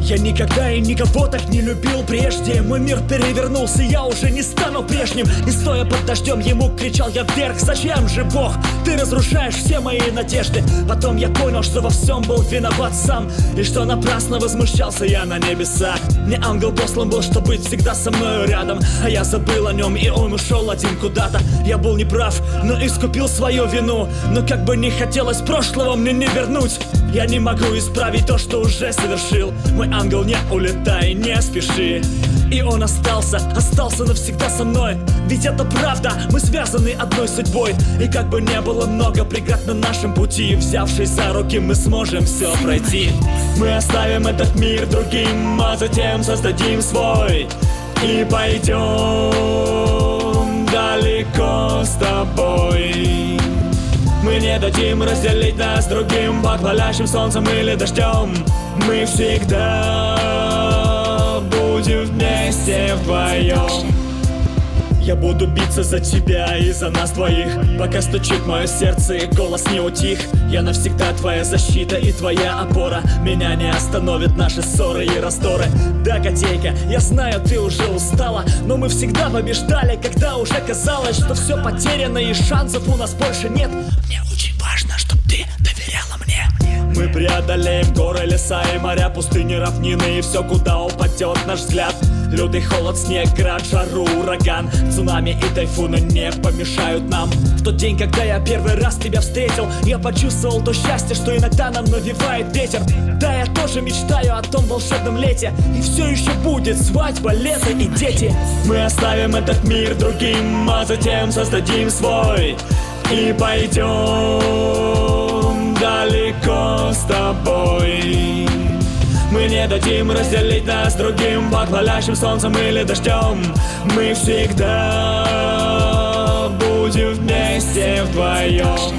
Я никогда и никого так не любил прежде. Мой мир перевернулся, я уже не стану прежним. И стоя под дождем, ему кричал я вверх: зачем же, Бог, ты разрушаешь все мои надежды? Потом я понял, что во всем был виноват сам, и что напрасно возмущался я на небесах. Мне ангел послан был, чтобы быть всегда со мною рядом, а я забыл о нем, и он ушел один куда-то. Я был неправ, но искупил свою вину. Но как бы не хотелось прошлого мне не вернуть, я не могу исправить то, что уже совершил. Мой ангел, не улетай, не спеши. И он остался навсегда со мной. Ведь это правда, мы связаны одной судьбой. И как бы не было много преград на нашем пути, взявшись за руки, мы сможем все пройти. Мы оставим этот мир другим, а затем создадим свой. И пойдем далеко с тобой. Мы не дадим разделить нас с другим, под палящим солнцем или дождем. Мы всегда будем вместе вдвоем. Я буду биться за тебя и за нас двоих, пока стучит мое сердце и голос не утих. Я навсегда твоя защита и твоя опора. Меня не остановят наши ссоры и раздоры. Да, котейка, я знаю, ты уже устала, но мы всегда побеждали, когда уже казалось, что все потеряно и шансов у нас больше нет. Мне очень важно, чтобы ты доверяла мне. Мы преодолеем горы, леса и моря, пустыни, равнины и все, куда упадет наш взгляд. Лютый холод, снег, град, жару, ураган, цунами и тайфуны не помешают нам. В тот день, когда я первый раз тебя встретил, я почувствовал то счастье, что иногда нам навевает ветер. Да, я тоже мечтаю о том волшебном лете, и все еще будет свадьба, лето и дети. Мы оставим этот мир другим, а затем создадим свой. И пойдем далеко с тобой. Мы не дадим разделить нас с другим, под палящим солнцем или дождем. Мы всегда будем вместе вдвоем.